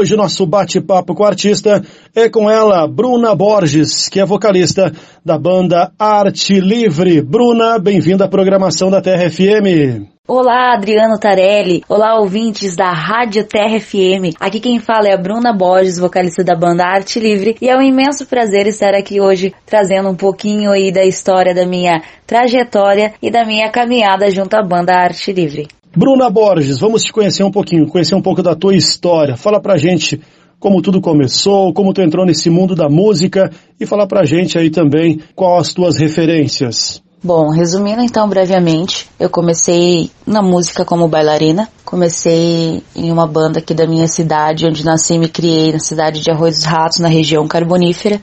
hoje o nosso bate-papo com o artista é com ela, Bruna Borges, que é vocalista da banda Arte Livre. Bruna, bem-vinda à programação da Terra FM. Olá, Adriano Tarelli. Olá, ouvintes da Rádio Terra FM. Aqui quem fala é a Bruna Borges, vocalista da banda Arte Livre, e é um imenso prazer estar aqui hoje trazendo um pouquinho aí da história da minha trajetória e da minha caminhada junto à banda Arte Livre. Bruna Borges, vamos te conhecer um pouquinho, conhecer um pouco da tua história. Fala pra gente como tudo começou, como tu entrou nesse mundo da música e fala pra gente aí também quais as tuas referências. Bom, resumindo então brevemente, eu comecei na música como bailarina, comecei em uma banda aqui da minha cidade, onde nasci e me criei, na cidade de Arroio dos Ratos, na região carbonífera,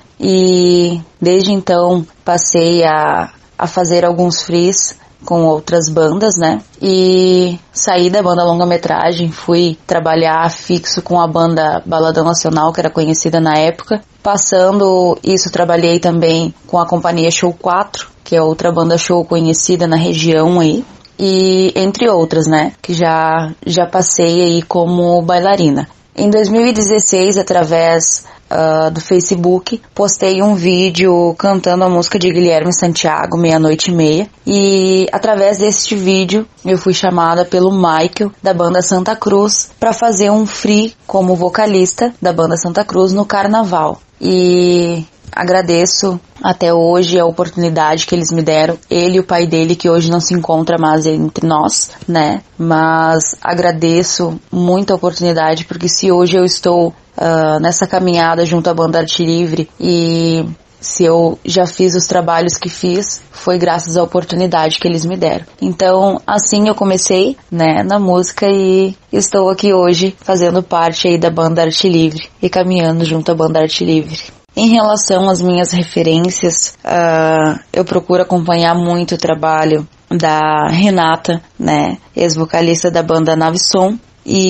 e desde então passei a fazer alguns frees com outras bandas, né, e saí da banda longa-metragem, fui trabalhar fixo com a banda Baladão Nacional, que era conhecida na época. Passando isso, trabalhei também com a companhia Show 4, que é outra banda show conhecida na região aí, e entre outras, né, que já passei aí como bailarina. Em 2016, através do Facebook, postei um vídeo cantando a música de Guilherme Santiago, Meia-Noite e Meia, e através deste vídeo eu fui chamada pelo Michael, da banda Santa Cruz, para fazer um free como vocalista da banda Santa Cruz no Carnaval. E agradeço até hoje a oportunidade que eles me deram, ele e o pai dele, que hoje não se encontra mais entre nós, né, mas agradeço muito a oportunidade, porque se hoje eu estou nessa caminhada junto à banda Arte Livre e se eu já fiz os trabalhos que fiz, foi graças à oportunidade que eles me deram. Então, assim eu comecei, né, na música e estou aqui hoje fazendo parte aí da banda Arte Livre e caminhando junto à banda Arte Livre. Em relação às minhas referências, eu procuro acompanhar muito o trabalho da Renata, né, ex-vocalista da banda Nave Som,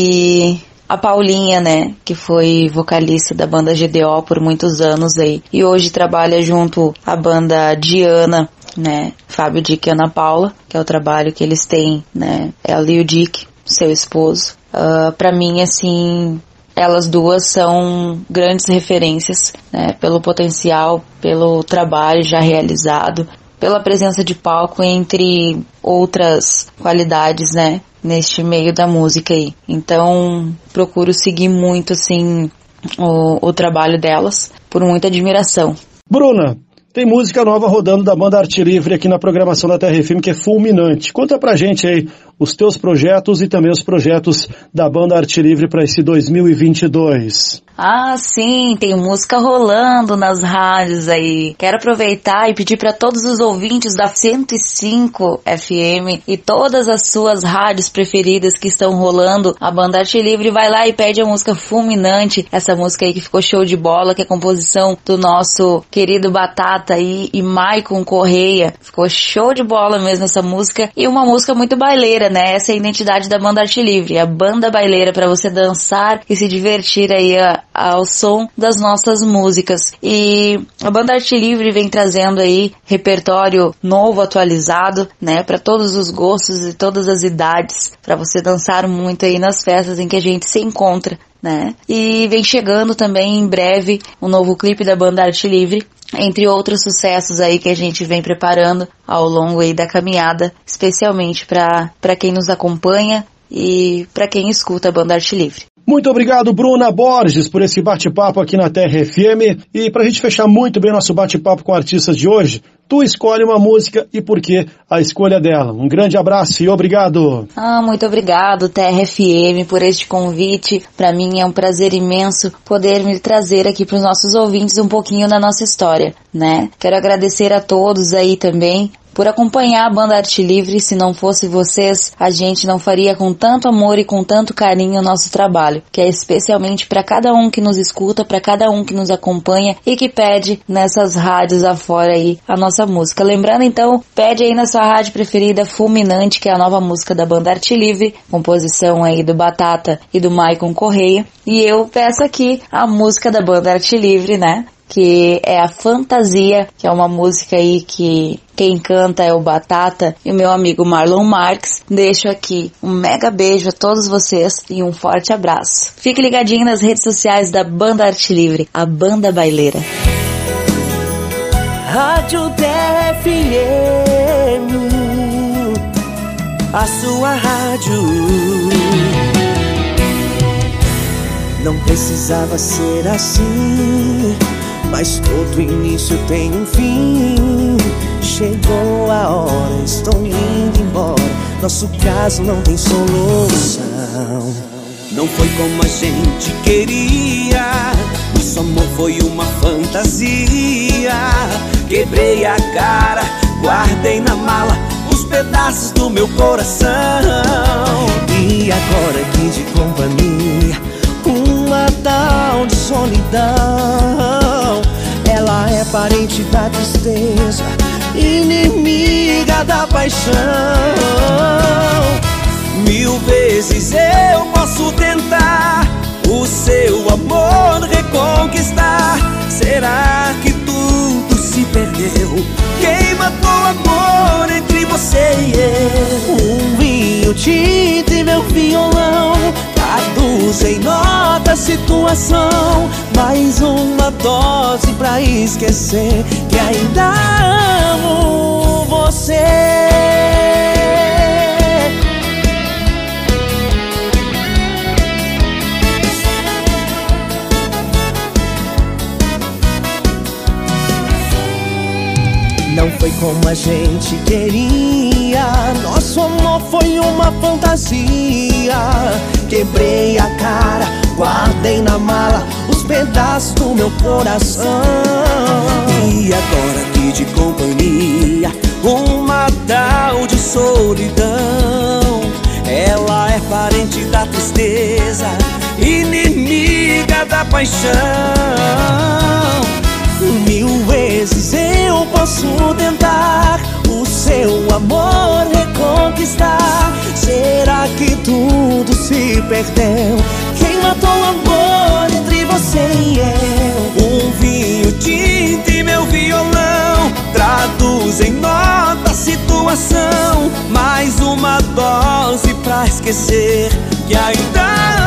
e a Paulinha, né, que foi vocalista da banda GDO por muitos anos aí, e hoje trabalha junto à banda Diana, né, Fábio Dick e Ana Paula, que é o trabalho que eles têm, né, ela e o Dick, seu esposo. Pra mim, assim, elas duas são grandes referências, né, pelo potencial, pelo trabalho já realizado, pela presença de palco, entre outras qualidades, né, neste meio da música aí. Então, procuro seguir muito, assim, o trabalho delas, por muita admiração. Bruna, tem música nova rodando da banda Arte Livre aqui na programação da Terra FM, que é fulminante. Conta pra gente aí os teus projetos e também os projetos da banda Arte Livre para esse 2022. Ah, sim, tem música rolando nas rádios aí. Quero aproveitar e pedir para todos os ouvintes da 105 FM e todas as suas rádios preferidas que estão rolando a banda Arte Livre, vai lá e pede a música Fulminante, essa música aí que ficou show de bola, que é a composição do nosso querido Batata aí e Maicon Correia. Ficou show de bola mesmo essa música, e uma música muito baileira, né? Essa é a identidade da banda Arte Livre, a banda baileira para você dançar e se divertir aí ao som das nossas músicas. E a banda Arte Livre vem trazendo aí repertório novo, atualizado, né, para todos os gostos e todas as idades, para você dançar muito aí nas festas em que a gente se encontra, né? E vem chegando também em breve um novo clipe da banda Arte Livre, entre outros sucessos aí que a gente vem preparando ao longo aí da caminhada, especialmente para quem nos acompanha e para quem escuta a banda Arte Livre. Muito obrigado, Bruna Borges, por esse bate-papo aqui na Terra FM. E para a gente fechar muito bem nosso bate-papo com artistas de hoje, tu escolhe uma música e por que a escolha dela. Um grande abraço e obrigado. Muito obrigado, Terra FM, por este convite. Para mim é um prazer imenso poder me trazer aqui para os nossos ouvintes um pouquinho da nossa história, né? Quero agradecer a todos aí também por acompanhar a banda Arte Livre. Se não fosse vocês, a gente não faria com tanto amor e com tanto carinho o nosso trabalho, que é especialmente para cada um que nos escuta, para cada um que nos acompanha e que pede nessas rádios afora aí a nossa música. Lembrando então, pede aí na sua rádio preferida Fulminante, que é a nova música da banda Arte Livre, composição aí do Batata e do Maicon Correia, e eu peço aqui a música da banda Arte Livre, né? que é a Fantasia, que é uma música aí que quem canta é o Batata e o meu amigo Marlon Marques. Deixo aqui um mega beijo a todos vocês e um forte abraço. Fique ligadinho nas redes sociais da Banda Arte Livre, a Banda Baileira. Rádio FM, a sua rádio. Não precisava ser assim, mas todo início tem um fim. Chegou a hora, estou indo embora. Nosso caso não tem solução. Não foi como a gente queria, nosso amor foi uma fantasia. Quebrei a cara, guardei na mala os pedaços do meu coração. E agora aqui de companhia, uma tal de solidão. Ela é parente da tristeza, inimiga da paixão. 1000 vezes eu posso tentar o seu amor reconquistar. Será que tudo se perdeu? Quem matou o amor entre você e eu? Um vinho, tinta e meu violão traduz em nota a situação. Mais uma dose pra esquecer que ainda amo você. Não foi como a gente queria, nosso amor foi uma fantasia. Quebrei a cara, guardei na mala os pedaços do meu coração. E agora aqui de companhia, uma tal de solidão. Ela é parente da tristeza, inimiga da paixão. 1000 vezes eu posso tentar o seu amor reconquistar. Será que tudo se perdeu? Quem matou o amor entre você e eu? Um vinho, tinta e meu violão traduz em nota a situação. Mais uma dose pra esquecer que ainda